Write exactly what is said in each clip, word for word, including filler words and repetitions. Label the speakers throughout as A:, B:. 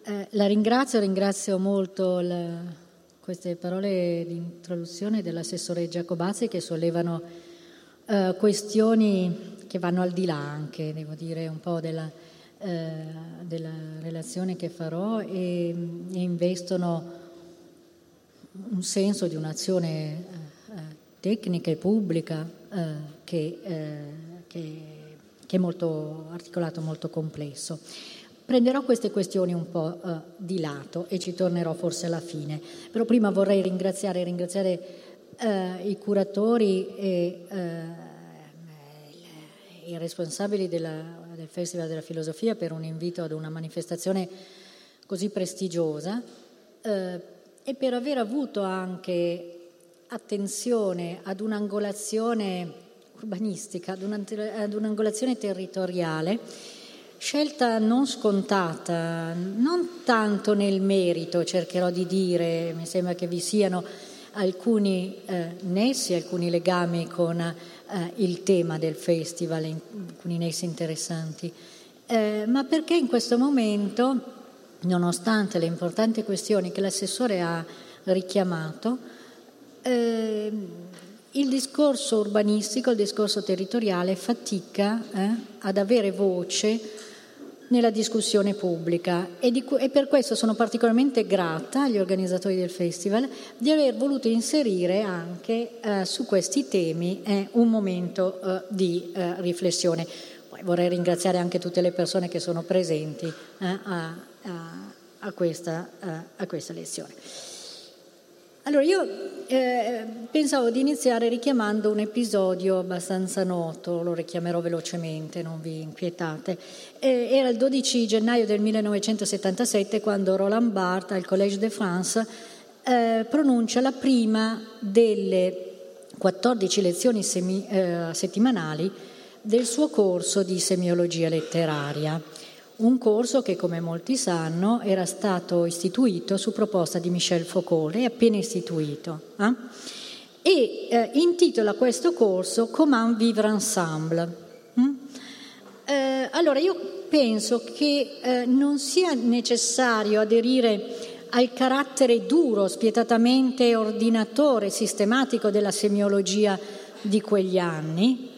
A: Eh, la ringrazio, ringrazio molto la, queste parole di introduzione dell'assessore Giacobazzi che sollevano eh, questioni che vanno al di là anche, devo dire, un po' della, eh, della relazione che farò e, e investono un senso di un'azione eh, tecnica e pubblica eh, che, eh, che, che è molto articolato, molto complesso. Prenderò queste questioni un po' uh, di lato e ci tornerò forse alla fine, però prima vorrei ringraziare, ringraziare uh, i curatori e uh, i responsabili della, del Festival della Filosofia per un invito ad una manifestazione così prestigiosa uh, e per aver avuto anche attenzione ad un'angolazione urbanistica, ad, una, ad un'angolazione territoriale, scelta non scontata, non tanto nel merito, cercherò di dire, mi sembra che vi siano alcuni eh, nessi, alcuni legami con eh, il tema del festival, alcuni nessi interessanti, eh, ma perché in questo momento, nonostante le importanti questioni che l'assessore ha richiamato, eh, il discorso urbanistico, il discorso territoriale fatica eh, ad avere voce nella discussione pubblica e, di, e per questo sono particolarmente grata agli organizzatori del festival di aver voluto inserire anche eh, su questi temi eh, un momento eh, di eh, riflessione. Poi vorrei ringraziare anche tutte le persone che sono presenti eh, a, a, a, questa, eh, a questa lezione. Allora, io eh, pensavo di iniziare richiamando un episodio abbastanza noto, lo richiamerò velocemente, non vi inquietate. Eh, era il dodici gennaio del millenovecentosettantasette quando Roland Barthes al Collège de France eh, pronuncia la prima delle quattordici lezioni semi, eh, settimanali del suo corso di semiologia letteraria. Un corso che, come molti sanno, era stato istituito su proposta di Michel Foucault, è appena istituito, eh? e eh, intitola questo corso Comment vivre ensemble. Mm? Eh, allora, io penso che eh, non sia necessario aderire al carattere duro, spietatamente ordinatore, sistematico della semiologia di quegli anni,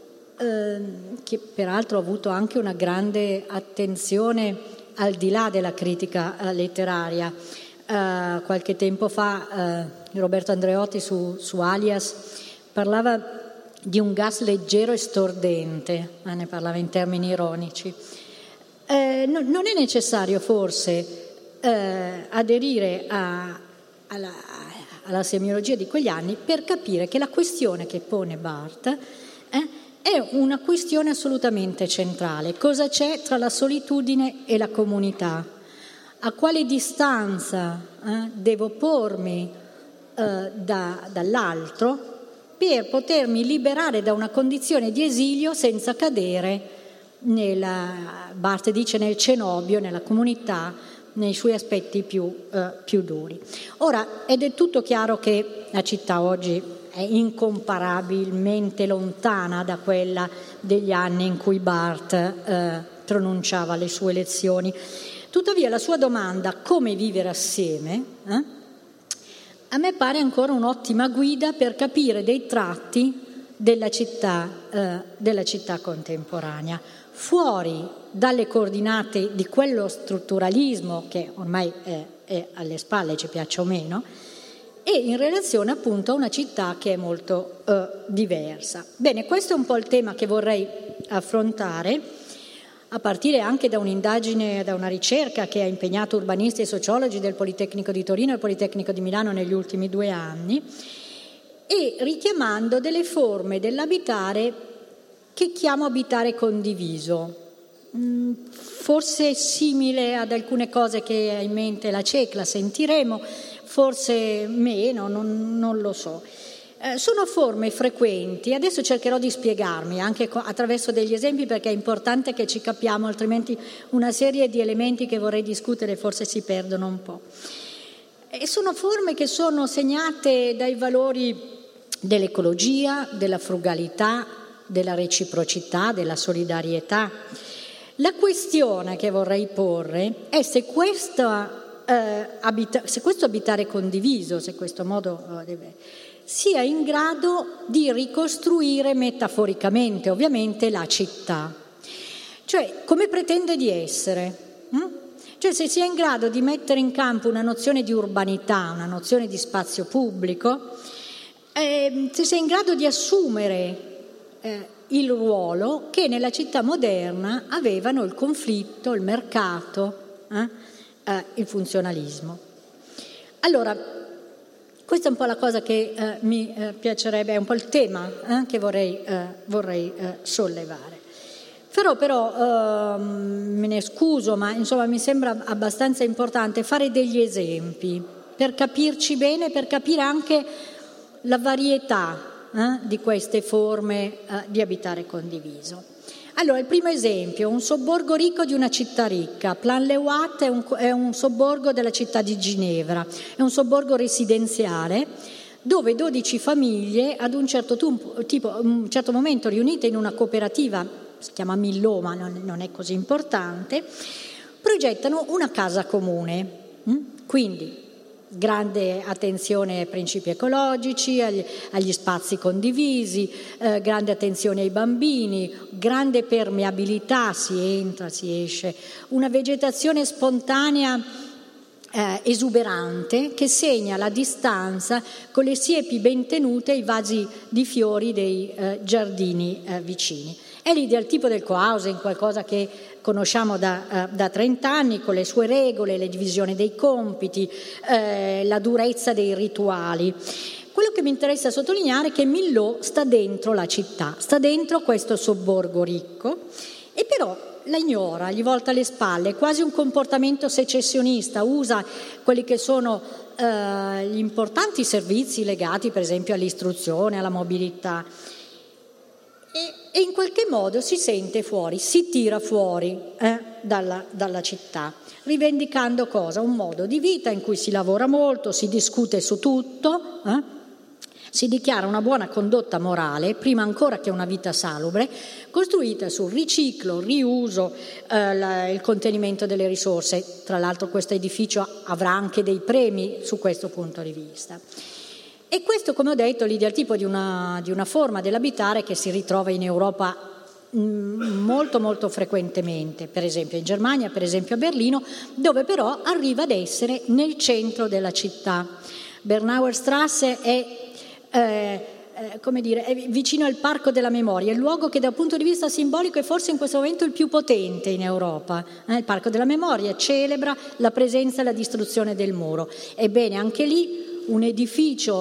A: che peraltro ha avuto anche una grande attenzione al di là della critica letteraria. Uh, qualche tempo fa uh, Roberto Andreotti su, su Alias parlava di un gas leggero e stordente, eh, ne parlava in termini ironici. Eh, no, non è necessario forse eh, aderire a, alla, alla semiologia di quegli anni per capire che la questione che pone Barthes eh, è una questione assolutamente centrale. Cosa c'è tra la solitudine e la comunità? A quale distanza eh, devo pormi eh, da, dall'altro per potermi liberare da una condizione di esilio senza cadere nella, Barthes dice, nel cenobio, nella comunità, nei suoi aspetti più, eh, più duri. Ora, è del tutto chiaro che la città oggi è incomparabilmente lontana da quella degli anni in cui Barthes eh, pronunciava le sue lezioni. Tuttavia la sua domanda, come vivere assieme, eh, a me pare ancora un'ottima guida per capire dei tratti della città, eh, della città contemporanea, fuori dalle coordinate di quello strutturalismo che ormai è, è alle spalle, ci piaccia o meno, e in relazione appunto a una città che è molto eh, diversa. Bene, questo è un po' il tema che vorrei affrontare, a partire anche da un'indagine, da una ricerca che ha impegnato urbanisti e sociologi del Politecnico di Torino e del Politecnico di Milano negli ultimi due anni, e richiamando delle forme dell'abitare che chiamo abitare condiviso, mm, forse simile ad alcune cose che ha in mente la C E C, la sentiremo, forse meno, non, non lo so. Eh, sono forme frequenti, adesso cercherò di spiegarmi anche co- attraverso degli esempi perché è importante che ci capiamo, altrimenti una serie di elementi che vorrei discutere forse si perdono un po'. E sono forme che sono segnate dai valori dell'ecologia, della frugalità, della reciprocità, della solidarietà. La questione che vorrei porre è se, questa, eh, abita- se questo abitare condiviso, se questo modo eh, deve, sia in grado di ricostruire metaforicamente, ovviamente, la città. Cioè, come pretende di essere? Hm? Cioè, se sia in grado di mettere in campo una nozione di urbanità, una nozione di spazio pubblico, eh, se sia in grado di assumere eh, il ruolo che nella città moderna avevano il conflitto, il mercato, eh, eh, il funzionalismo. Allora, questa è un po' la cosa che eh, mi eh, piacerebbe, è un po' il tema eh, che vorrei, eh, vorrei eh, sollevare. Però, però eh, me ne scuso, ma insomma mi sembra abbastanza importante fare degli esempi per capirci bene, per capire anche la varietà eh, di queste forme eh, di abitare condiviso. Allora, il primo esempio, un sobborgo ricco di una città ricca. Plan-les-Ouates è un, è un sobborgo della città di Ginevra, è un sobborgo residenziale dove dodici famiglie ad un certo, tum- tipo, un certo momento riunite in una cooperativa, si chiama Millot, ma non, non è così importante, progettano una casa comune. Quindi grande attenzione ai principi ecologici, agli, agli spazi condivisi, eh, grande attenzione ai bambini, grande permeabilità, si entra, si esce, una vegetazione spontanea eh, esuberante che segna la distanza con le siepi ben tenute e i vasi di fiori dei eh, giardini eh, vicini. È l'ideal tipo del cohousing, qualcosa che conosciamo da, da trenta anni, con le sue regole, le divisioni dei compiti, eh, la durezza dei rituali. Quello che mi interessa sottolineare è che Millot sta dentro la città, sta dentro questo sobborgo ricco, e però la ignora, gli volta le spalle, quasi un comportamento secessionista, usa quelli che sono eh, gli importanti servizi legati per esempio all'istruzione, alla mobilità, e in qualche modo si sente fuori, si tira fuori eh, dalla, dalla città, rivendicando cosa? Un modo di vita in cui si lavora molto, si discute su tutto, eh? Si dichiara una buona condotta morale, prima ancora che una vita salubre, costruita sul riciclo, riuso, eh, la, il contenimento delle risorse. Tra l'altro questo edificio avrà anche dei premi su questo punto di vista. E questo, come ho detto, è l'idealtipo di una, di una forma dell'abitare che si ritrova in Europa molto molto frequentemente, per esempio in Germania, per esempio a Berlino, dove però arriva ad essere nel centro della città. Bernauer Strasse è, eh, eh, come dire, è vicino al Parco della Memoria, è il luogo che dal punto di vista simbolico è forse in questo momento il più potente in Europa. Eh, il Parco della Memoria celebra la presenza e la distruzione del muro. Ebbene, anche lì un edificio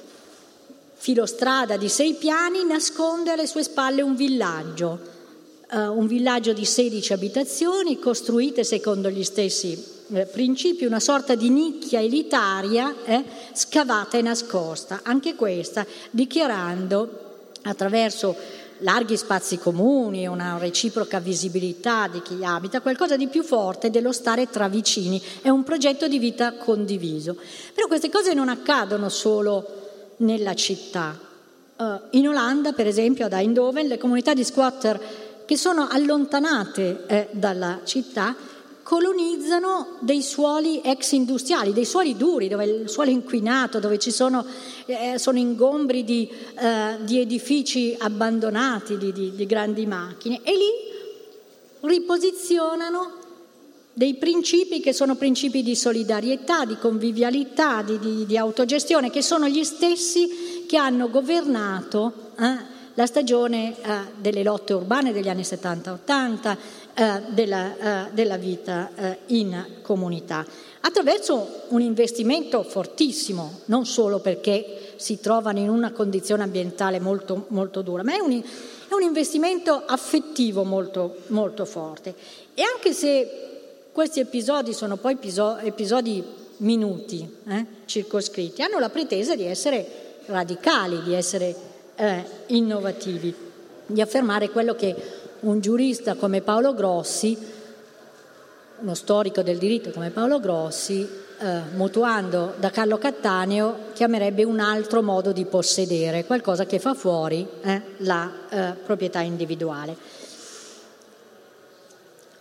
A: filostrada di sei piani nasconde alle sue spalle un villaggio, uh, un villaggio di sedici abitazioni costruite secondo gli stessi eh, principi, una sorta di nicchia elitaria eh, scavata e nascosta, anche questa dichiarando attraverso larghi spazi comuni, una reciproca visibilità di chi abita, qualcosa di più forte dello stare tra vicini, è un progetto di vita condiviso. Però queste cose non accadono solo nella città. In Olanda, per esempio, ad Eindhoven, le comunità di squatter che sono allontanate eh, dalla città colonizzano dei suoli ex industriali, dei suoli duri, dove il suolo è inquinato, dove ci sono, eh, sono ingombri di, eh, di edifici abbandonati, di, di, di grandi macchine, e lì riposizionano dei principi che sono principi di solidarietà, di convivialità, di, di, di autogestione, che sono gli stessi che hanno governato eh, la stagione eh, delle lotte urbane degli anni settanta ottanta, eh, della, eh, della vita eh, in comunità, attraverso un investimento fortissimo, non solo perché si trovano in una condizione ambientale molto, molto dura, ma è un, è un investimento affettivo molto, molto forte. E anche se questi episodi sono poi episodi minuti, eh, circoscritti, hanno la pretesa di essere radicali, di essere eh, innovativi, di affermare quello che un giurista come Paolo Grossi, uno storico del diritto come Paolo Grossi, eh, mutuando da Carlo Cattaneo, chiamerebbe un altro modo di possedere, qualcosa che fa fuori eh, la eh, proprietà individuale.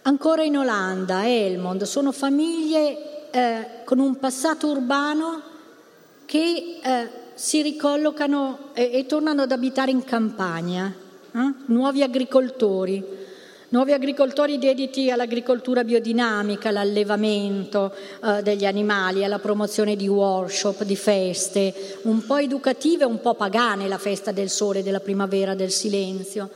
A: Ancora in Olanda, Helmond, sono famiglie eh, con un passato urbano che eh, si ricollocano e, e tornano ad abitare in campagna, eh? nuovi agricoltori, nuovi agricoltori dediti all'agricoltura biodinamica, all'allevamento eh, degli animali, alla promozione di workshop, di feste, un po' educative, un po' pagane, la festa del sole, della primavera, del silenzio.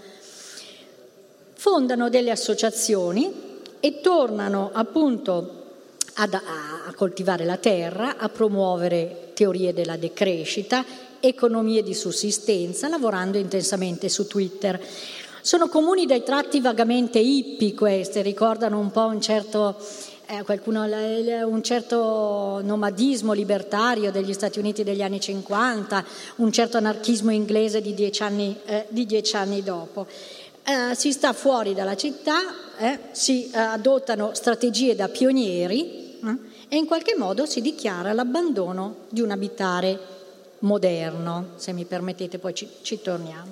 A: Fondano delle associazioni e tornano appunto ad, a coltivare la terra, a promuovere teorie della decrescita, economie di sussistenza, lavorando intensamente su Twitter. Sono comuni dai tratti vagamente hippie queste, ricordano un po' un certo, eh, qualcuno, un certo nomadismo libertario degli Stati Uniti degli anni cinquanta, un certo anarchismo inglese di dieci anni, eh, di dieci anni dopo. Eh, si sta fuori dalla città, eh, si eh, adottano strategie da pionieri eh, e in qualche modo si dichiara l'abbandono di un abitare moderno. Se mi permettete poi ci, ci torniamo.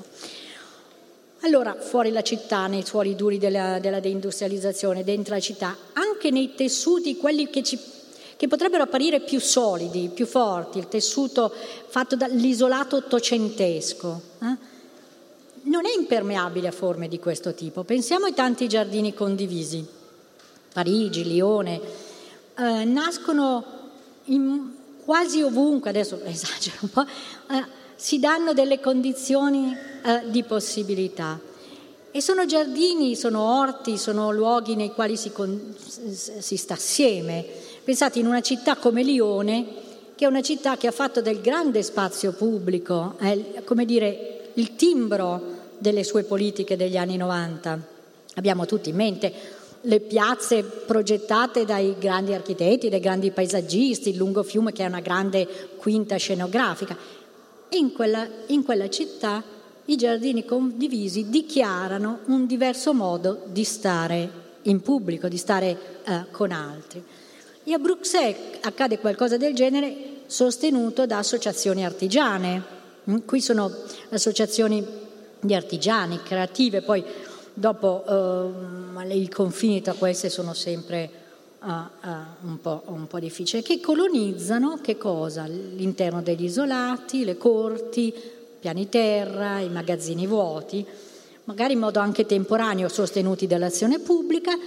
A: Allora, fuori la città, nei suoli duri della, della deindustrializzazione, dentro la città, anche nei tessuti, quelli che, ci, che potrebbero apparire più solidi, più forti, il tessuto fatto dall'isolato ottocentesco, eh, non è impermeabile a forme di questo tipo. Pensiamo ai tanti giardini condivisi, Parigi, Lione, eh, nascono in quasi ovunque, adesso esagero un po', eh, si danno delle condizioni eh, di possibilità. E sono giardini, sono orti, sono luoghi nei quali si, con, si sta assieme. Pensate in una città come Lione, che è una città che ha fatto del grande spazio pubblico, eh, come dire, il timbro delle sue politiche degli anni novanta. Abbiamo tutti in mente le piazze progettate dai grandi architetti, dai grandi paesaggisti, il lungo fiume che è una grande quinta scenografica. E in quella, in quella città i giardini condivisi dichiarano un diverso modo di stare in pubblico, di stare eh, con altri. E a Bruxelles accade qualcosa del genere, sostenuto da associazioni artigiane. Qui sono associazioni di artigiani, creative, poi dopo eh, i confini tra queste sono sempre uh, uh, un, po', un po' difficili, che colonizzano che cosa? L'interno degli isolati, le corti, piani terra, i magazzini vuoti, magari in modo anche temporaneo sostenuti dall'azione pubblica,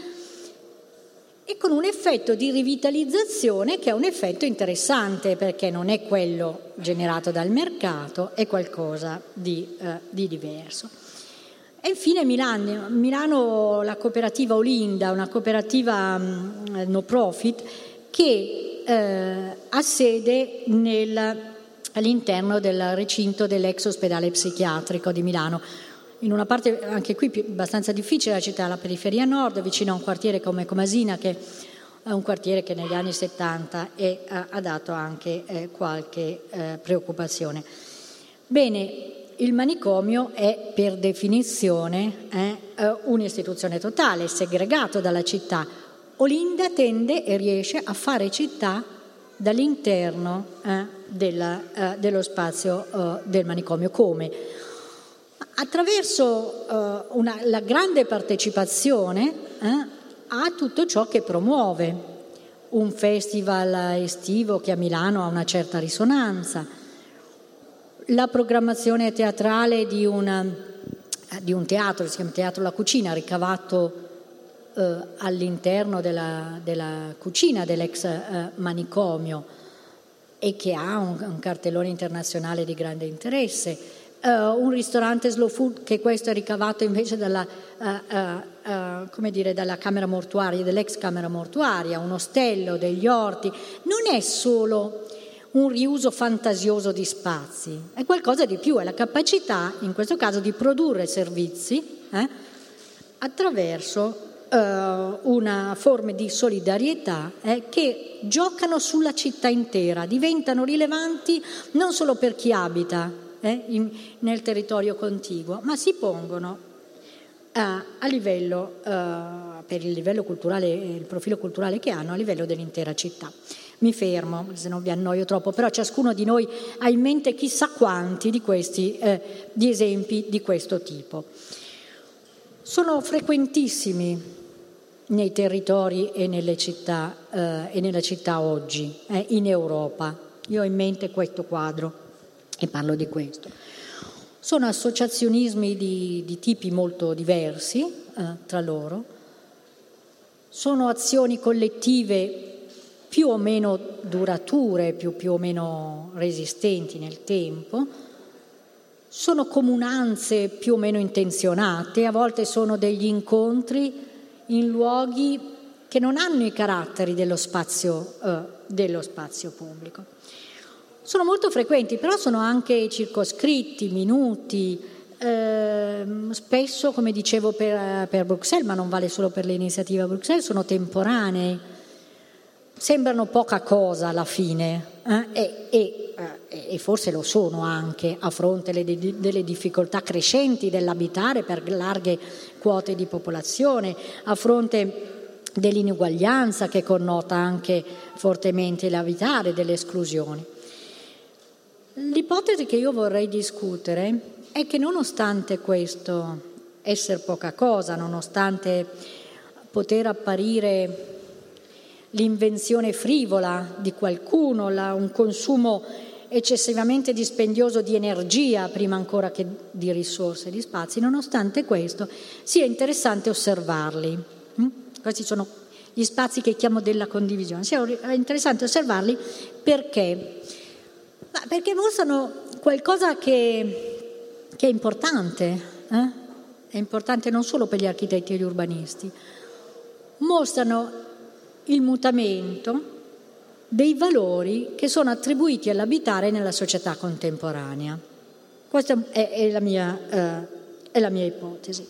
A: e con un effetto di rivitalizzazione che è un effetto interessante, perché non è quello generato dal mercato, è qualcosa di, eh, di diverso. E infine Milano, Milano la cooperativa Olinda, una cooperativa um, no profit che eh, ha sede nel, all'interno del recinto dell'ex ospedale psichiatrico di Milano, in una parte anche qui più, abbastanza difficile, la città, la periferia nord, vicino a un quartiere come Comasina, che è un quartiere che negli anni settanta è, ha, ha dato anche eh, qualche eh, preoccupazione. Bene, il manicomio è per definizione eh, un'istituzione totale, segregato dalla città. Olinda tende e riesce a fare città dall'interno eh, della, eh, dello spazio eh, del manicomio. Come? Attraverso uh, una, la grande partecipazione eh, a tutto ciò che promuove. Un festival estivo che a Milano ha una certa risonanza, la programmazione teatrale di, una, di un teatro, si chiama Teatro La Cucina, ricavato uh, all'interno della, della cucina dell'ex uh, manicomio e che ha un, un cartellone internazionale di grande interesse. Uh, un ristorante slow food, che questo è ricavato invece dalla, uh, uh, uh, come dire, dalla camera mortuaria, dell'ex camera mortuaria, un ostello, degli orti. Non è solo un riuso fantasioso di spazi, è qualcosa di più, è la capacità, in questo caso, di produrre servizi eh, attraverso uh, una forma di solidarietà eh, che giocano sulla città intera, diventano rilevanti non solo per chi abita Eh, in, nel territorio contiguo, ma si pongono uh, a livello, uh, per il livello culturale, il profilo culturale che hanno, a livello dell'intera città. Mi fermo, se non vi annoio troppo, però ciascuno di noi ha in mente chissà quanti di questi eh, di esempi di questo tipo. Sono frequentissimi nei territori e nelle città eh, e nella città oggi, eh, in Europa. Io ho in mente questo quadro e parlo di questo. Sono associazionismi di, di tipi molto diversi eh, tra loro, sono azioni collettive più o meno durature, più, più o meno resistenti nel tempo, sono comunanze più o meno intenzionate, a volte sono degli incontri in luoghi che non hanno i caratteri dello spazio, eh, dello spazio pubblico. Sono molto frequenti, però sono anche circoscritti, minuti, eh, spesso, come dicevo per, per Bruxelles, ma non vale solo per l'iniziativa Bruxelles, sono temporanei, sembrano poca cosa alla fine, eh? e, e, eh, e forse lo sono anche a fronte delle, delle difficoltà crescenti dell'abitare per larghe quote di popolazione, a fronte dell'inuguaglianza che connota anche fortemente l'abitare, delle esclusioni. L'ipotesi che io vorrei discutere è che nonostante questo essere poca cosa, nonostante poter apparire l'invenzione frivola di qualcuno, la, un consumo eccessivamente dispendioso di energia prima ancora che di risorse e di spazi, nonostante questo sia interessante osservarli. Mm? Questi sono gli spazi che chiamo della condivisione. Sia interessante osservarli perché? Perché mostrano qualcosa che, che è importante, eh? È importante non solo per gli architetti e gli urbanisti, mostrano il mutamento dei valori che sono attribuiti all'abitare nella società contemporanea. Questa è, è, la, mia, eh, è la mia ipotesi.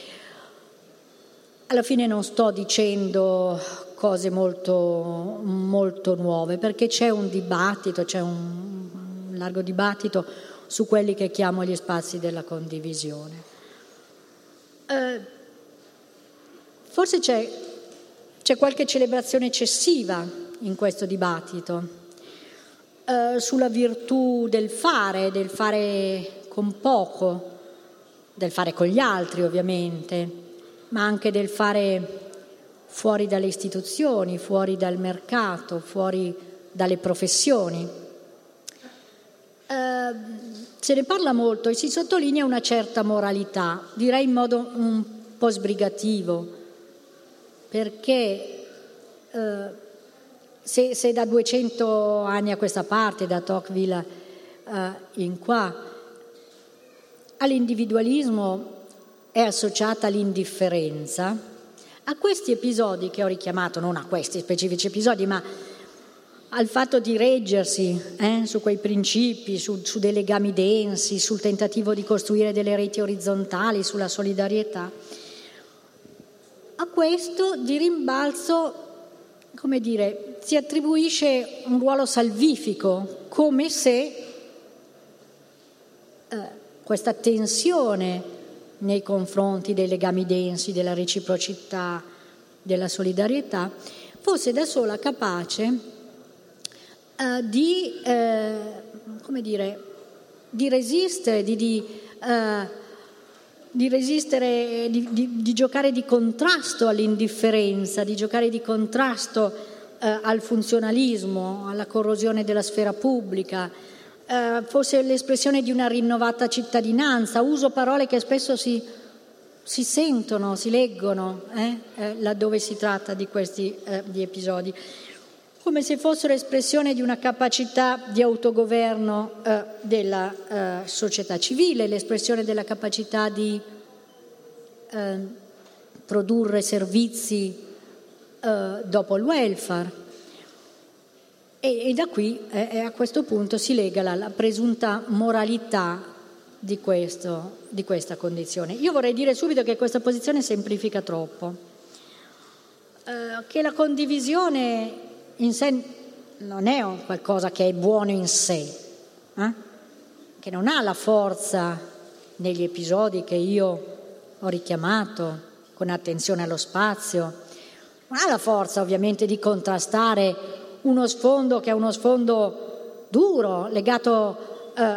A: Alla fine non sto dicendo cose molto, molto nuove, perché c'è un dibattito, c'è un, un largo dibattito su quelli che chiamo gli spazi della condivisione. Eh, forse c'è, c'è qualche celebrazione eccessiva in questo dibattito eh, sulla virtù del fare, del fare con poco, del fare con gli altri ovviamente, ma anche del fare fuori dalle istituzioni, fuori dal mercato, fuori dalle professioni. Eh, se ne parla molto e si sottolinea una certa moralità, direi in modo un po' sbrigativo, perché eh, se, se da duecento anni a questa parte, da Tocqueville eh, in qua, all'individualismo è associata l'indifferenza, a questi episodi che ho richiamato, non a questi specifici episodi, ma al fatto di reggersi eh, su quei principi, su, su dei legami densi, sul tentativo di costruire delle reti orizzontali, sulla solidarietà, a questo di rimbalzo, come dire, si attribuisce un ruolo salvifico, come se eh, questa tensione nei confronti dei legami densi, della reciprocità, della solidarietà, fosse da sola capace eh, di, eh, come dire, di resistere, di, di, eh, di resistere, di, di, di giocare di contrasto all'indifferenza, di giocare di contrasto eh, al funzionalismo, alla corrosione della sfera pubblica, Uh, fosse l'espressione di una rinnovata cittadinanza. Uso parole che spesso si, si sentono, si leggono eh, eh, laddove si tratta di questi eh, di episodi, come se fossero espressione di una capacità di autogoverno eh, della eh, società civile, l'espressione della capacità di eh, produrre servizi eh, dopo il welfare. E, e da qui eh, a questo punto si lega la, la presunta moralità di, questo, di questa condizione. Io vorrei dire subito che questa posizione semplifica troppo, eh, che la condivisione in sé non è qualcosa che è buono in sé, eh? Che non ha la forza negli episodi che io ho richiamato con attenzione allo spazio, non ha la forza ovviamente di contrastare uno sfondo che è uno sfondo duro, legato eh,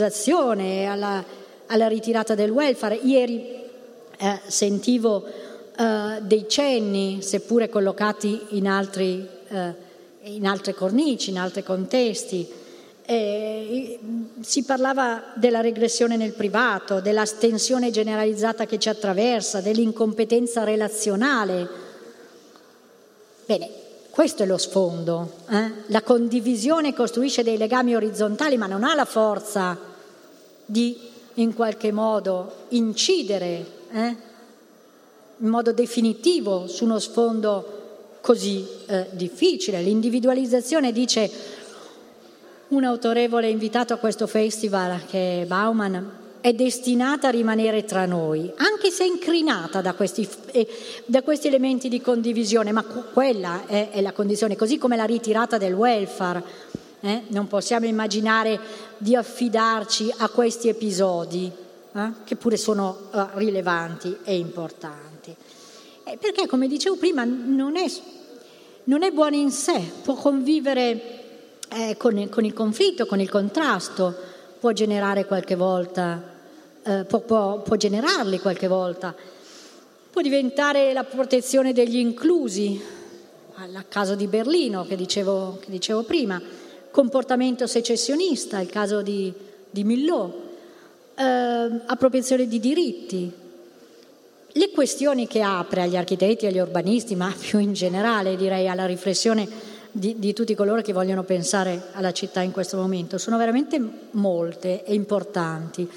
A: all'individualizzazione, alla, alla ritirata del welfare. Ieri eh, sentivo eh, dei cenni, seppure collocati in, altri, eh, in altre cornici, in altri contesti. Eh, si parlava della regressione nel privato, della stensione generalizzata che ci attraversa, dell'incompetenza relazionale. Bene, questo è lo sfondo. Eh? La condivisione costruisce dei legami orizzontali, ma non ha la forza di, in qualche modo, incidere eh? in modo definitivo su uno sfondo così eh, difficile. L'individualizzazione, dice un autorevole invitato a questo festival, che è Bauman, è destinata a rimanere tra noi, anche se incrinata da questi, eh, da questi elementi di condivisione, ma quella è, è la condizione, così come la ritirata del welfare. Eh? Non possiamo immaginare di affidarci a questi episodi, eh? che pure sono eh, rilevanti e importanti. Eh, perché, come dicevo prima, non è, non è buono in sé, può convivere eh, con, con il conflitto, con il contrasto, può generare qualche volta... Eh, può, può, può generarli qualche volta, può diventare la protezione degli inclusi, al caso di Berlino che dicevo, che dicevo prima, comportamento secessionista, il caso di, di Millot, eh, appropriazione di diritti, le questioni che apre agli architetti e agli urbanisti, ma più in generale direi alla riflessione di, di tutti coloro che vogliono pensare alla città in questo momento, sono veramente molte e importanti,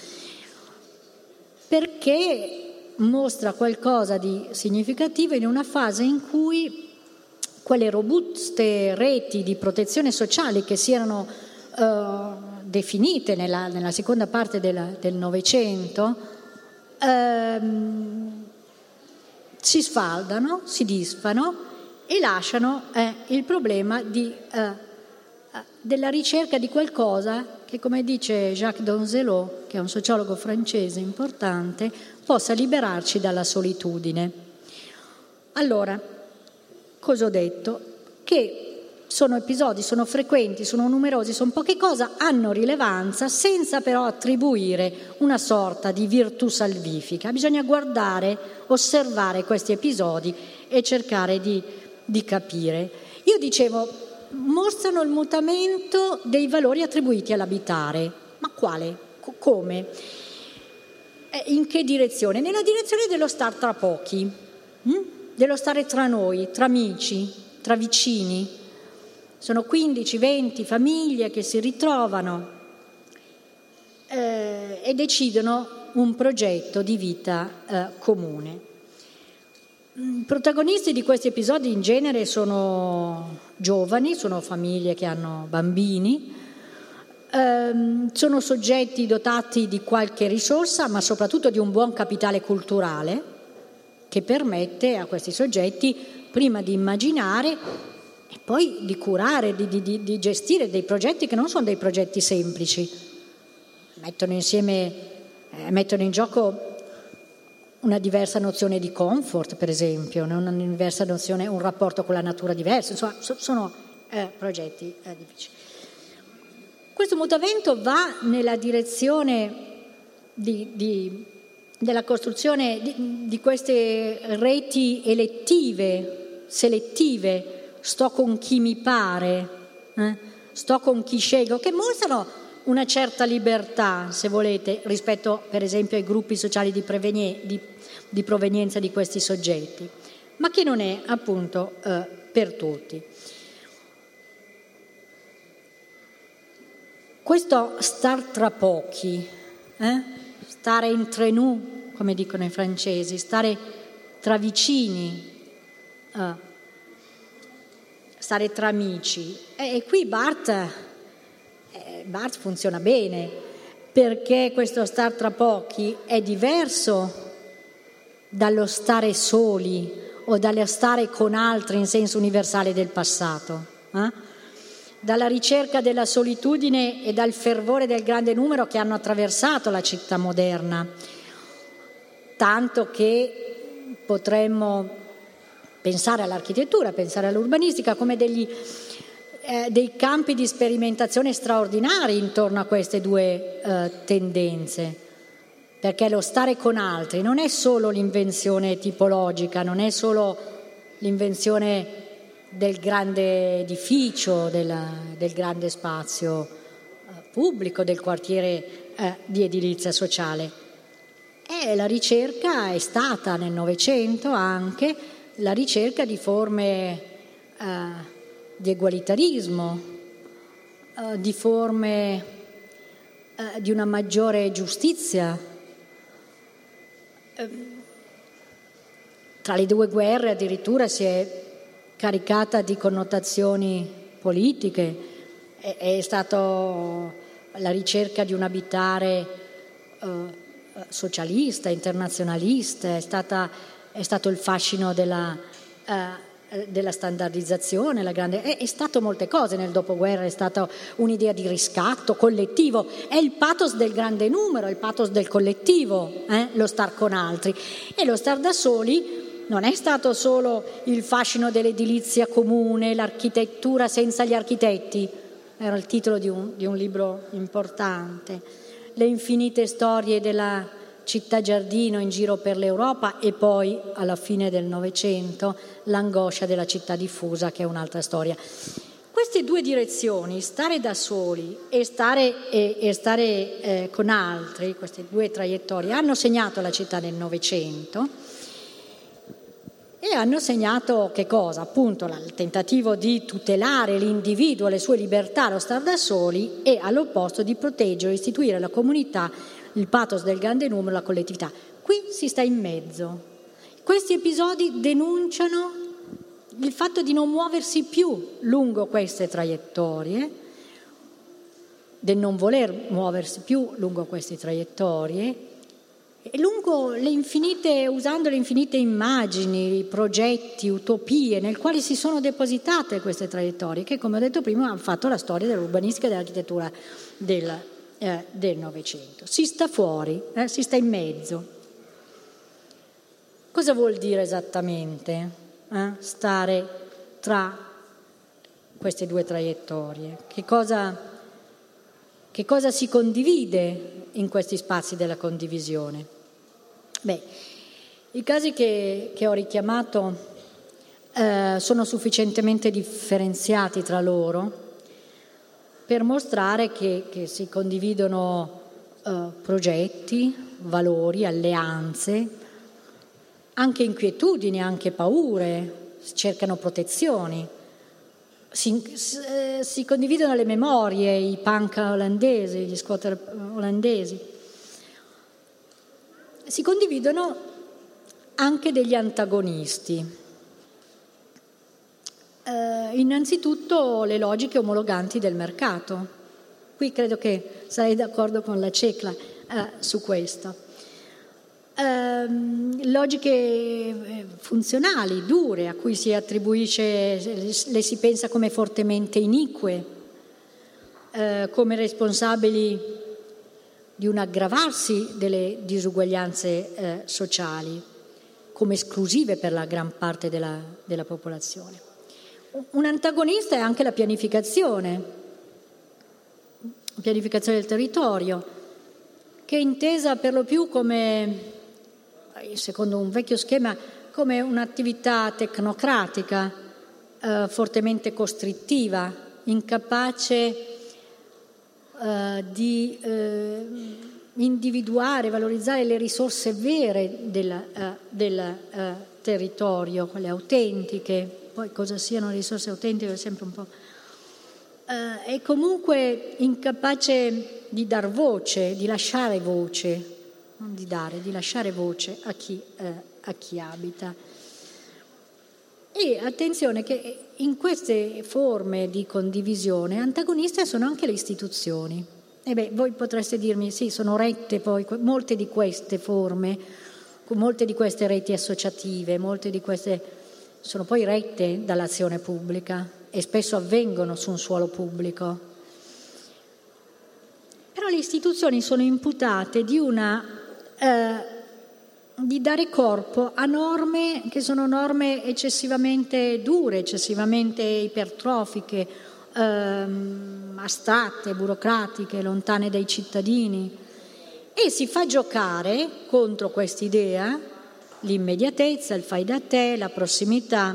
A: perché mostra qualcosa di significativo in una fase in cui quelle robuste reti di protezione sociale che si erano uh, definite nella, nella seconda parte del, del Novecento uh, si sfaldano, si disfano e lasciano eh, il problema di, uh, della ricerca di qualcosa che, come dice Jacques Donzelot, che è un sociologo francese importante, possa liberarci dalla solitudine. Allora, cosa ho detto? Che sono episodi, sono frequenti, sono numerosi, sono poche cose, hanno rilevanza, senza però attribuire una sorta di virtù salvifica. Bisogna guardare, osservare questi episodi e cercare di, di capire. Io dicevo, mostrano il mutamento dei valori attribuiti all'abitare. Ma quale? C- come? Eh, in che direzione? Nella direzione dello star tra pochi, hm? dello stare tra noi, tra amici, tra vicini. Sono quindici venti famiglie che si ritrovano eh, e decidono un progetto di vita eh, comune. I protagonisti di questi episodi in genere sono giovani, sono famiglie che hanno bambini, ehm, sono soggetti dotati di qualche risorsa, ma soprattutto di un buon capitale culturale che permette a questi soggetti prima di immaginare e poi di curare, di, di, di gestire dei progetti che non sono dei progetti semplici, mettono insieme, eh, mettono in gioco una diversa nozione di comfort, per esempio, una diversa nozione, un rapporto con la natura diverso, insomma, sono eh, progetti eh, difficili. Questo mutamento va nella direzione di, di, della costruzione di, di queste reti elettive, selettive, sto con chi mi pare, eh? sto con chi scelgo, che mostrano una certa libertà, se volete, rispetto per esempio ai gruppi sociali di, prevenie, di, di provenienza di questi soggetti, ma che non è appunto eh, per tutti. Questo star tra pochi, eh? stare entre nous, come dicono i francesi, stare tra vicini, eh, stare tra amici, e, e qui Barthes Barthes funziona bene, perché questo star tra pochi è diverso dallo stare soli o dallo stare con altri in senso universale del passato, eh? dalla ricerca della solitudine e dal fervore del grande numero che hanno attraversato la città moderna, tanto che potremmo pensare all'architettura, pensare all'urbanistica come degli Eh, dei campi di sperimentazione straordinari intorno a queste due eh, tendenze. perché lo stare con altri non è solo l'invenzione tipologica, non è solo l'invenzione del grande edificio, della, del grande spazio eh, pubblico, del quartiere eh, di edilizia sociale. E la ricerca è stata nel Novecento anche la ricerca di forme eh, di egualitarismo, eh, di forme eh, di una maggiore giustizia. Eh, tra le due guerre addirittura si è caricata di connotazioni politiche, è, è stata la ricerca di un abitare eh, socialista, internazionalista, è, stata, è stato il fascino della, eh, della standardizzazione, la grande, è, è stato molte cose nel dopoguerra, è stata un'idea di riscatto collettivo, è il pathos del grande numero, è il pathos del collettivo, eh, lo star con altri, e lo star da soli non è stato solo il fascino dell'edilizia comune, l'architettura senza gli architetti, era il titolo di un, di un libro importante, le infinite storie della città giardino in giro per l'Europa e poi alla fine del Novecento l'angoscia della città diffusa, che è un'altra storia. Queste due direzioni, stare da soli e stare, e, e stare eh, con altri, queste due traiettorie, hanno segnato la città del Novecento e hanno segnato che cosa? Appunto il tentativo di tutelare l'individuo, le sue libertà, lo star da soli, e all'opposto di proteggere, istituire la comunità, il pathos del grande numero, la collettività. Qui si sta in mezzo. Questi episodi denunciano il fatto di non muoversi più lungo queste traiettorie, del non voler muoversi più lungo queste traiettorie, e lungo le infinite, usando le infinite immagini, progetti, utopie nel quali si sono depositate queste traiettorie, che come ho detto prima hanno fatto la storia dell'urbanistica e dell'architettura del, eh, del Novecento. Si sta fuori, eh, si sta in mezzo. Cosa vuol dire esattamente eh, stare tra queste due traiettorie? Che cosa, che cosa si condivide in questi spazi della condivisione? Beh, i casi che, che ho richiamato eh, sono sufficientemente differenziati tra loro per mostrare che, che si condividono eh, progetti, valori, alleanze, anche inquietudini, anche paure, si cercano protezioni, si, eh, si condividono le memorie, i punk olandesi, gli squatter olandesi. Si condividono anche degli antagonisti. Eh, innanzitutto le logiche omologanti del mercato. Qui credo che sarei d'accordo con la Cecla eh, su questo. Eh, logiche funzionali, dure, a cui si attribuisce, le si pensa come fortemente inique, eh, come responsabili di un aggravarsi delle disuguaglianze eh, sociali, come esclusive per la gran parte della, della popolazione. Un antagonista è anche la pianificazione, pianificazione del territorio, che è intesa per lo più come, secondo un vecchio schema, come un'attività tecnocratica, eh, fortemente costrittiva, incapace Uh, di uh, individuare, valorizzare le risorse vere del, uh, del uh, territorio, quelle autentiche. Poi cosa siano le risorse autentiche è sempre un po'... Uh, è comunque incapace di dar voce, di lasciare voce, non di dare, di lasciare voce a chi, uh, a chi abita. E attenzione che in queste forme di condivisione antagoniste sono anche le istituzioni. E beh, voi potreste dirmi, sì, sono rette poi, molte di queste forme, molte di queste reti associative, molte di queste sono poi rette dall'azione pubblica e spesso avvengono su un suolo pubblico. Però le istituzioni sono imputate di una... Eh, di dare corpo a norme che sono norme eccessivamente dure, eccessivamente ipertrofiche, ehm, astratte, burocratiche, lontane dai cittadini, e si fa giocare contro quest'idea l'immediatezza, il fai da te, la prossimità.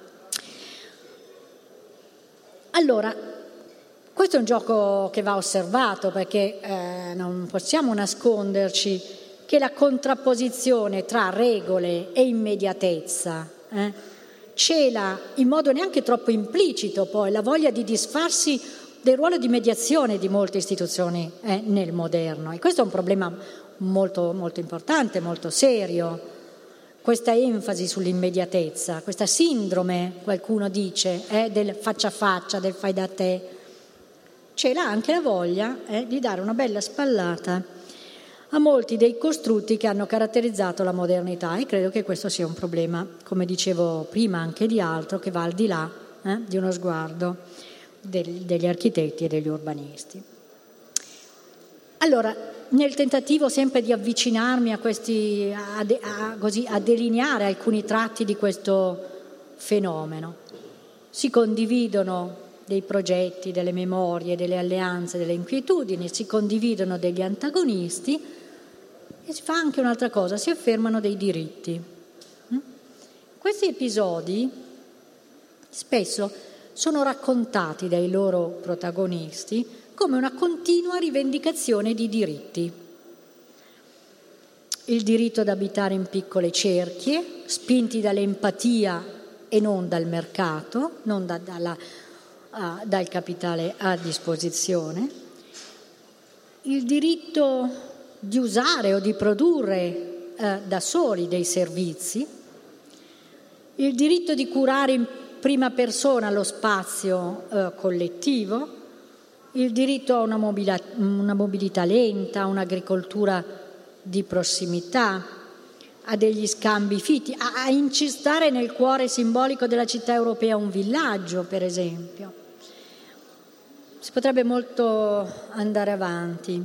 A: Allora, questo è un gioco che va osservato, perché eh, non possiamo nasconderci che la contrapposizione tra regole e immediatezza eh, cela in modo neanche troppo implicito poi la voglia di disfarsi del ruolo di mediazione di molte istituzioni eh, nel moderno. E questo è un problema molto, molto importante, molto serio, questa enfasi sull'immediatezza, questa sindrome, qualcuno dice, eh, del faccia a faccia, del fai da te. C'era anche la voglia eh, di dare una bella spallata a molti dei costrutti che hanno caratterizzato la modernità, e credo che questo sia un problema, come dicevo prima, anche di altro, che va al di là eh, di uno sguardo del, degli architetti e degli urbanisti. Allora, nel tentativo sempre di avvicinarmi a questi, a, de, a, così, a delineare alcuni tratti di questo fenomeno, si condividono dei progetti, delle memorie, delle alleanze, delle inquietudini, si condividono degli antagonisti e si fa anche un'altra cosa, si affermano dei diritti. Questi episodi spesso sono raccontati dai loro protagonisti come una continua rivendicazione di diritti. Il diritto ad abitare in piccole cerchie, spinti dall'empatia e non dal mercato, non da, dalla, uh, dal capitale a disposizione. Il diritto di usare o di produrre uh, da soli dei servizi. Il diritto di curare in prima persona lo spazio uh, collettivo. Il diritto a una mobilità, una mobilità lenta, a un'agricoltura di prossimità, a degli scambi fitti, a, a incistare nel cuore simbolico della città europea un villaggio, per esempio. Si potrebbe molto andare avanti.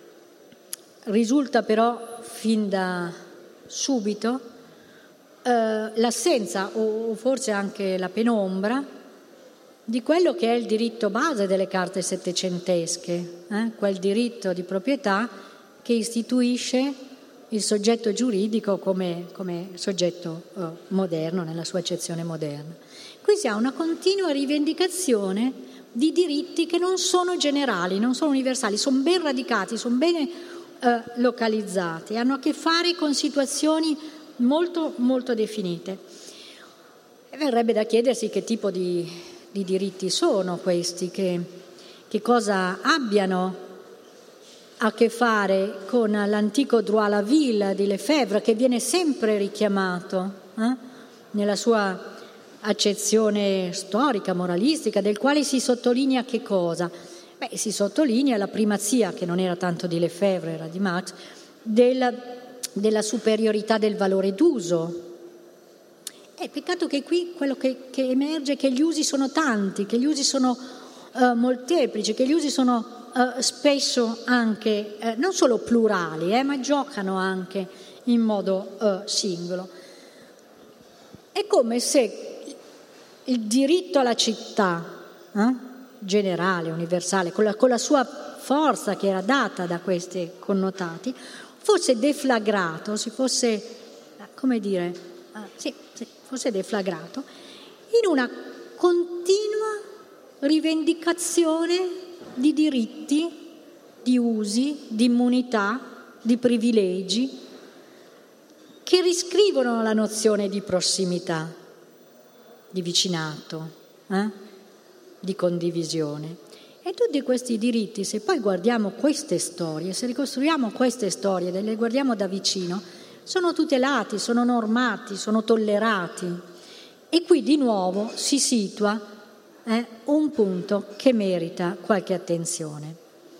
A: Risulta però fin da subito eh, l'assenza, o forse anche la penombra, di quello che è il diritto base delle carte settecentesche, eh? quel diritto di proprietà che istituisce il soggetto giuridico come, come soggetto eh, moderno, nella sua accezione moderna. Qui si ha una continua rivendicazione di diritti che non sono generali, non sono universali, sono ben radicati, sono ben eh, localizzati, hanno a che fare con situazioni molto, molto definite. E verrebbe da chiedersi che tipo di di diritti sono questi, che, che cosa abbiano a che fare con l'antico droit à la ville di Lefebvre, che viene sempre richiamato eh, nella sua accezione storica, moralistica, del quale si sottolinea che cosa? Beh, si sottolinea la primazia, che non era tanto di Lefebvre, era di Marx, del, della superiorità del valore d'uso. È peccato che qui quello che, che emerge è che gli usi sono tanti, che gli usi sono uh, molteplici, che gli usi sono uh, spesso anche, uh, non solo plurali, eh, ma giocano anche in modo uh, singolo. È come se il diritto alla città, eh, generale, universale, con la, con la sua forza che era data da questi connotati, fosse deflagrato, si fosse, come dire, uh, sì, sì, fosse deflagrato in una continua rivendicazione di diritti, di usi, di immunità, di privilegi che riscrivono la nozione di prossimità, di vicinato, eh? di condivisione. E tutti questi diritti, se poi guardiamo queste storie, se ricostruiamo queste storie, le guardiamo da vicino, sono tutelati, sono normati, sono tollerati. E qui di nuovo si situa eh, un punto che merita qualche attenzione.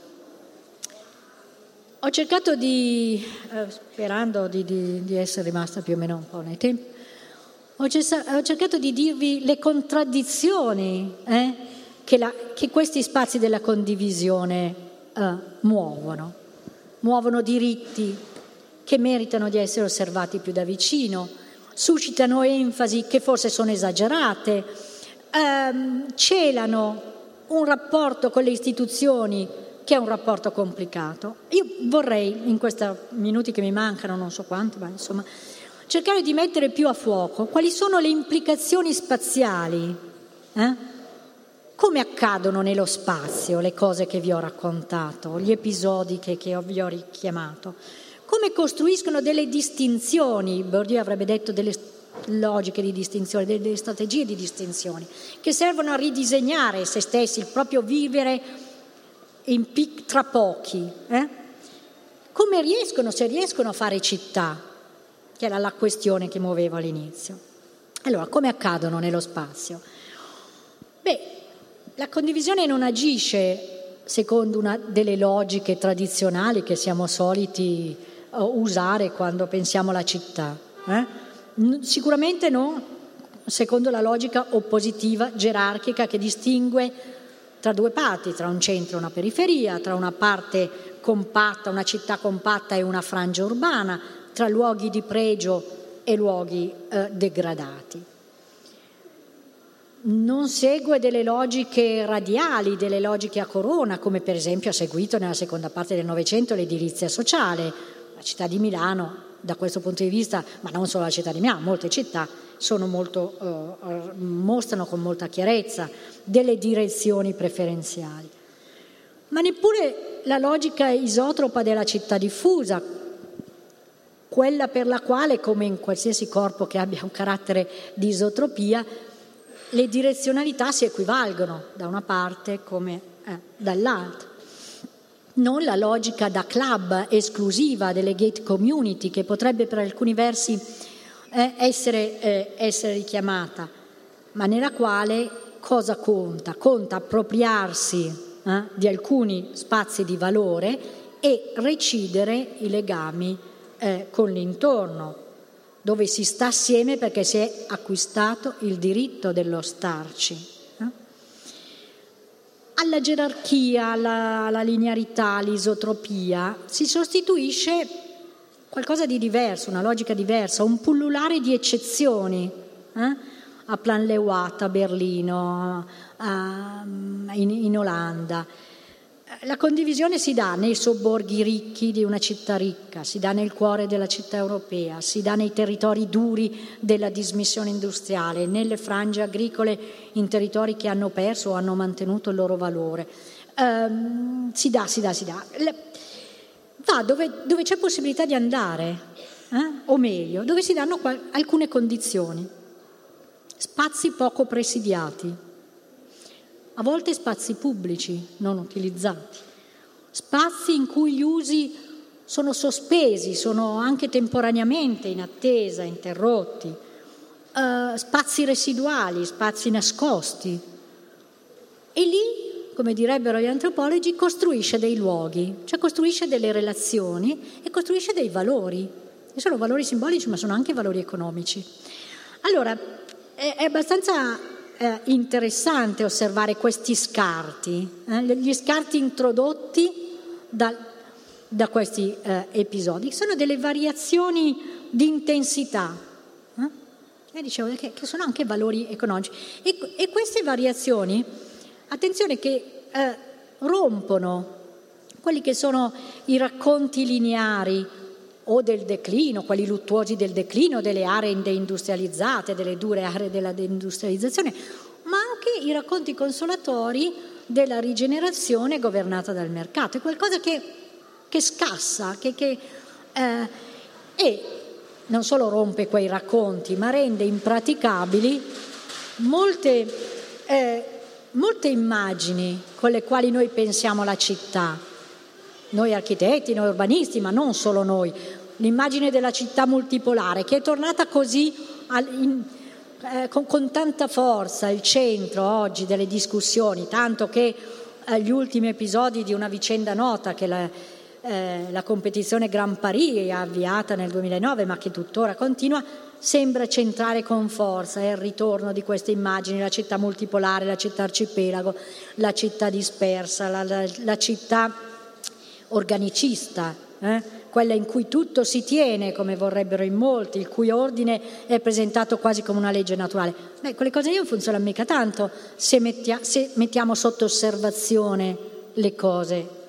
A: Ho cercato di, eh, sperando di, di, di essere rimasta più o meno un po' nei tempi, ho, cessa, ho cercato di dirvi le contraddizioni eh, che, la, che questi spazi della condivisione eh, muovono. Muovono diritti che meritano di essere osservati più da vicino, suscitano enfasi che forse sono esagerate, ehm, celano un rapporto con le istituzioni che è un rapporto complicato. Io vorrei, in questi minuti che mi mancano, non so quanti, ma insomma, cercare di mettere più a fuoco quali sono le implicazioni spaziali, eh? Come accadono nello spazio le cose che vi ho raccontato, gli episodi che, che vi ho richiamato, come costruiscono delle distinzioni, Bourdieu avrebbe detto delle logiche di distinzione, delle strategie di distinzione, che servono a ridisegnare se stessi, il proprio vivere in pic- tra pochi. Eh? Come riescono, se riescono a fare città, che era la questione che muoveva all'inizio. Allora, come accadono nello spazio? Beh, la condivisione non agisce secondo una delle logiche tradizionali che siamo soliti uh, usare quando pensiamo alla città. Eh? Sicuramente no, secondo la logica oppositiva, gerarchica, che distingue tra due parti, tra un centro e una periferia, tra una parte compatta, una città compatta e una frangia urbana, tra luoghi di pregio e luoghi eh, degradati. Non segue delle logiche radiali, delle logiche a corona, come per esempio ha seguito nella seconda parte del Novecento l'edilizia sociale. La città di Milano, da questo punto di vista, ma non solo la città di Milano, molte città sono molto, eh, mostrano con molta chiarezza delle direzioni preferenziali. Ma neppure la logica isotropa della città diffusa, quella per la quale, come in qualsiasi corpo che abbia un carattere di isotropia, le direzionalità si equivalgono da una parte come eh, dall'altra. Non la logica da club esclusiva delle gate community, che potrebbe per alcuni versi eh, essere, eh, essere richiamata, ma nella quale cosa conta? Conta appropriarsi eh, di alcuni spazi di valore e recidere i legami eh, con l'intorno, dove si sta assieme perché si è acquistato il diritto dello starci. Alla gerarchia, alla, alla linearità, all'isotropia si sostituisce qualcosa di diverso, una logica diversa, un pullulare di eccezioni, eh? A Plan-le-Ouat, a Berlino, a, in, in Olanda. La condivisione si dà nei sobborghi ricchi di una città ricca, si dà nel cuore della città europea, si dà nei territori duri della dismissione industriale, nelle frange agricole in territori che hanno perso o hanno mantenuto il loro valore. Um, si dà, si dà, si dà. Va dove, dove c'è possibilità di andare, eh? O meglio, dove si danno qual- alcune condizioni. Spazi poco presidiati. A volte spazi pubblici non utilizzati, spazi in cui gli usi sono sospesi, sono anche temporaneamente in attesa, interrotti, uh, spazi residuali, spazi nascosti. E lì, come direbbero gli antropologi, costruisce dei luoghi, cioè costruisce delle relazioni e costruisce dei valori. E sono valori simbolici, ma sono anche valori economici. Allora, è, è abbastanza Eh, interessante osservare questi scarti, eh, gli scarti introdotti da, da questi eh, episodi. Sono delle variazioni di intensità, eh? E dicevo che, che sono anche valori economici. E, e queste variazioni, attenzione, che eh, rompono quelli che sono i racconti lineari o del declino, quelli luttuosi del declino delle aree deindustrializzate, delle dure aree della deindustrializzazione, ma anche i racconti consolatori della rigenerazione governata dal mercato. È qualcosa che, che scassa, che, che, eh, e non solo rompe quei racconti, ma rende impraticabili molte, eh, molte immagini con le quali noi pensiamo alla città. Noi architetti, noi urbanisti, ma non solo noi. L'immagine della città multipolare, che è tornata così al, in, eh, con, con tanta forza al centro oggi delle discussioni, tanto che eh, gli ultimi episodi di una vicenda nota che la, eh, la competizione Grand Paris ha avviata nel duemilanove, ma che tuttora continua, sembra centrare con forza il ritorno di queste immagini, la città multipolare, la città arcipelago, la città dispersa, la, la, la città organicista, eh? Quella in cui tutto si tiene come vorrebbero in molti, il cui ordine è presentato quasi come una legge naturale. Beh, quelle cose non funzionano mica tanto se, mettia, se mettiamo sotto osservazione le cose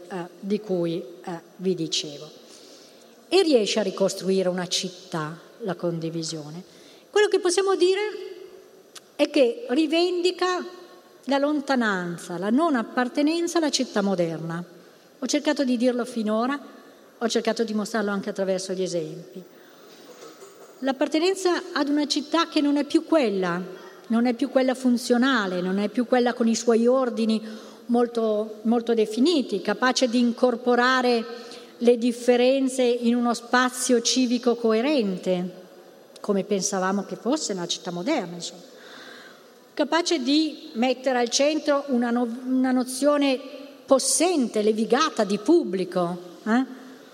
A: eh, di cui eh, vi dicevo. E riesce a ricostruire una città, la condivisione. Quello che possiamo dire è che rivendica la lontananza, la non appartenenza alla città moderna. Ho cercato di dirlo finora, ho cercato di mostrarlo anche attraverso gli esempi. L'appartenenza ad una città che non è più quella, non è più quella funzionale, non è più quella con i suoi ordini molto, molto definiti, capace di incorporare le differenze in uno spazio civico coerente, come pensavamo che fosse una città moderna, insomma. Capace di mettere al centro una, no, una nozione possente, levigata di pubblico, eh?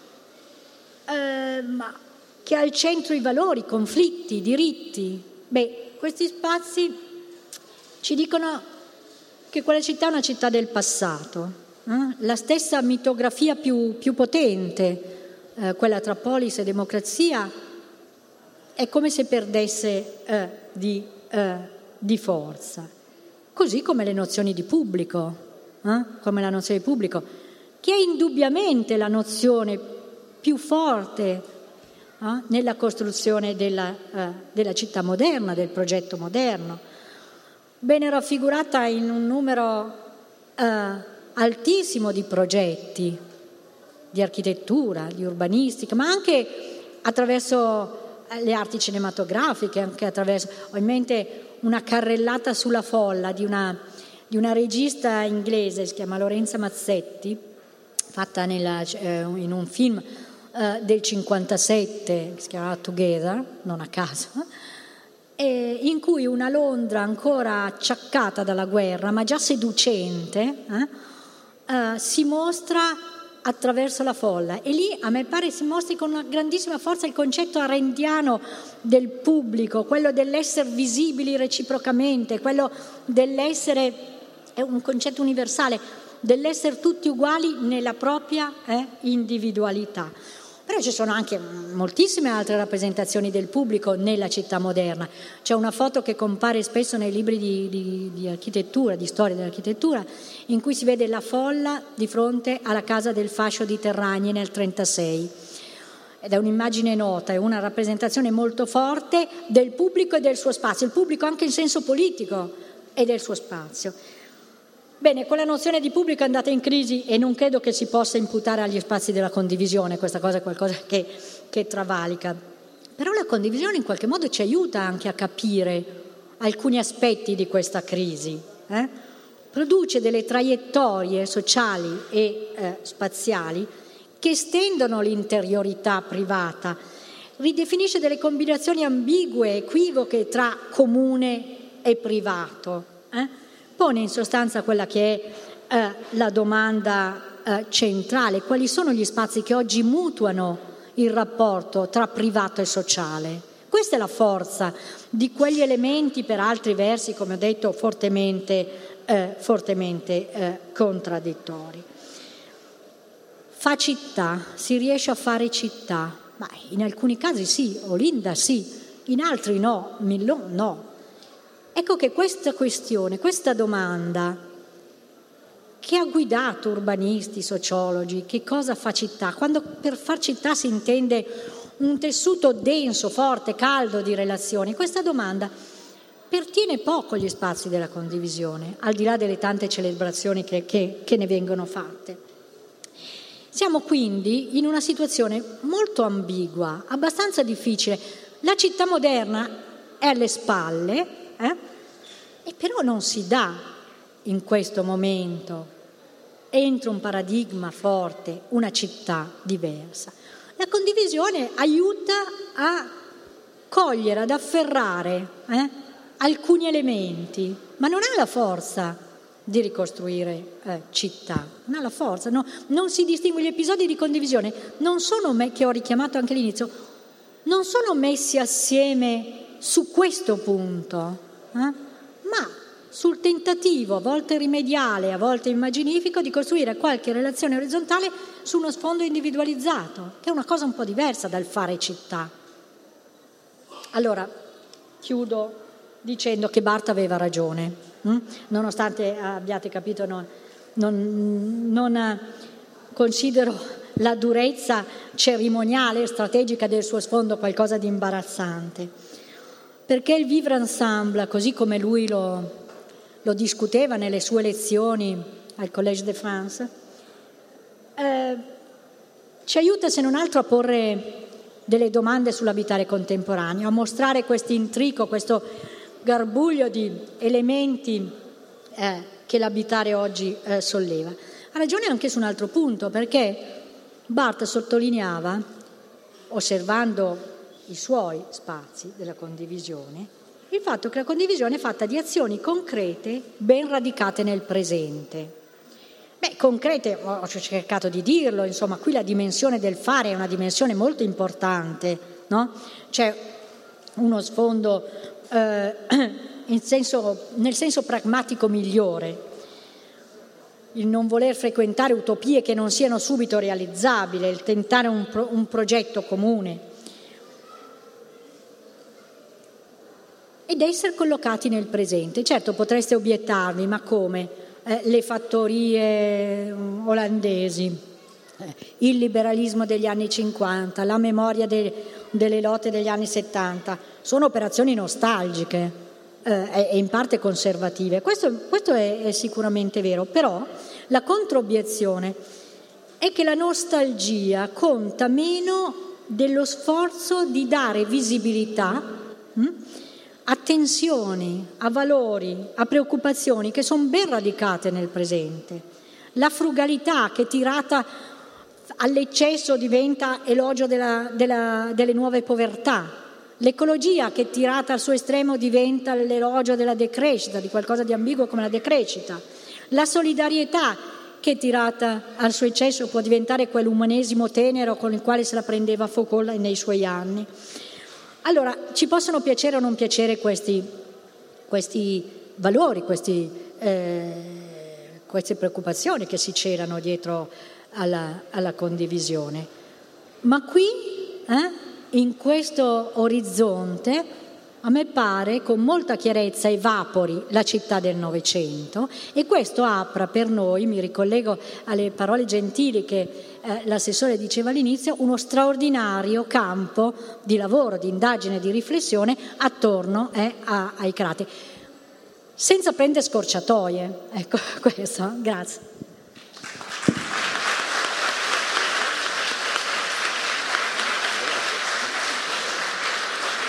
A: Eh, ma che ha al centro i valori, i conflitti, i diritti. Beh, questi spazi ci dicono che quella città è una città del passato. Eh? La stessa mitografia più, più potente, eh, quella tra polis e democrazia, è come se perdesse eh, di, eh, di forza. Così come le nozioni di pubblico, eh? come la nozione di pubblico, che è indubbiamente la nozione più forte eh? nella costruzione della, eh, della città moderna, del progetto moderno, ben raffigurata in un numero eh, altissimo di progetti, di architettura, di urbanistica, ma anche attraverso le arti cinematografiche, anche attraverso, ho in mente una carrellata sulla folla di una, di una regista inglese, si chiama Lorenza Mazzetti, fatta nella, eh, in un film eh, del cinquantasette, che si chiamava Together, non a caso, eh, in cui una Londra ancora acciaccata dalla guerra, ma già seducente, eh, eh, si mostra attraverso la folla, e lì a me pare si mostri con una grandissima forza il concetto arendiano del pubblico, quello dell'essere visibili reciprocamente, quello dell'essere, è un concetto universale, dell'essere tutti uguali nella propria eh, individualità. Però ci sono anche moltissime altre rappresentazioni del pubblico nella città moderna. C'è una foto che compare spesso nei libri di, di, di architettura, di storia dell'architettura, in cui si vede la folla di fronte alla casa del fascio di Terragni nel trentasei. Ed è un'immagine nota, è una rappresentazione molto forte del pubblico e del suo spazio, il pubblico anche in senso politico e del suo spazio. Bene, quella nozione di pubblico è andata in crisi e non credo che si possa imputare agli spazi della condivisione, questa cosa è qualcosa che, che travalica. Però la condivisione in qualche modo ci aiuta anche a capire alcuni aspetti di questa crisi. Eh? Produce delle traiettorie sociali e eh, spaziali che estendono l'interiorità privata, ridefinisce delle combinazioni ambigue, equivoche tra comune e privato, eh? Pone in sostanza quella che è eh, la domanda eh, centrale: quali sono gli spazi che oggi mutuano il rapporto tra privato e sociale? Questa è la forza di quegli elementi, per altri versi, come ho detto, fortemente, eh, fortemente eh, contraddittori. Fa città, si riesce a fare città, ma in alcuni casi sì, Olinda sì, in altri no, Millon no. Ecco che questa questione, questa domanda che ha guidato urbanisti, sociologi, che cosa fa città, quando per far città si intende un tessuto denso, forte, caldo di relazioni, questa domanda pertiene poco agli spazi della condivisione, al di là delle tante celebrazioni che, che, che ne vengono fatte. Siamo quindi in una situazione molto ambigua, abbastanza difficile. La città moderna è alle spalle, Eh? e però non si dà in questo momento, entro un paradigma forte, una città diversa. La condivisione aiuta a cogliere, ad afferrare eh, alcuni elementi, ma non ha la forza di ricostruire eh, città, non ha la forza, no, non si distingue. Gli episodi di condivisione non sono, me, che ho richiamato anche all'inizio, non sono messi assieme su questo punto, Eh? ma sul tentativo, a volte rimediale, a volte immaginifico, di costruire qualche relazione orizzontale su uno sfondo individualizzato, che è una cosa un po' diversa dal fare città. Allora, chiudo dicendo che Barth aveva ragione, hm? nonostante abbiate capito non, non, non considero la durezza cerimoniale e strategica del suo sfondo qualcosa di imbarazzante, perché il vivre ensemble, così come lui lo, lo discuteva nelle sue lezioni al Collège de France, eh, ci aiuta se non altro a porre delle domande sull'abitare contemporaneo, a mostrare questo intrico, questo garbuglio di elementi eh, che l'abitare oggi eh, solleva. Ha ragione anche su un altro punto, perché Barthes sottolineava, osservando i suoi spazi della condivisione, il fatto che la condivisione è fatta di azioni concrete ben radicate nel presente. Beh, concrete, ho cercato di dirlo, insomma, qui la dimensione del fare è una dimensione molto importante, no? C'è uno sfondo eh, in senso, nel senso pragmatico migliore, il non voler frequentare utopie che non siano subito realizzabili, il tentare un, pro, un progetto comune ed essere collocati nel presente. Certo, potreste obiettarvi, ma come? Eh, le fattorie olandesi, eh, il liberalismo degli anni cinquanta, la memoria de, delle lotte degli anni settanta, sono operazioni nostalgiche eh, e in parte conservative. Questo, questo è, è sicuramente vero, però la controobiezione è che la nostalgia conta meno dello sforzo di dare visibilità hm? attenzioni, a valori, a preoccupazioni che sono ben radicate nel presente. La frugalità che tirata all'eccesso diventa elogio della, della, delle nuove povertà, l'ecologia che tirata al suo estremo diventa l'elogio della decrescita, di qualcosa di ambiguo come la decrescita, la solidarietà che tirata al suo eccesso può diventare quell'umanesimo tenero con il quale se la prendeva Foucault nei suoi anni. Allora, ci possono piacere o non piacere questi, questi valori, questi, eh, queste preoccupazioni che si celano dietro alla, alla condivisione, ma qui, eh, in questo orizzonte, a me pare con molta chiarezza evapori la città del Novecento e questo apra per noi, mi ricollego alle parole gentili che eh, l'assessore diceva all'inizio, uno straordinario campo di lavoro, di indagine, di riflessione attorno eh, a, ai crateri, senza prendere scorciatoie. Ecco, questo, grazie.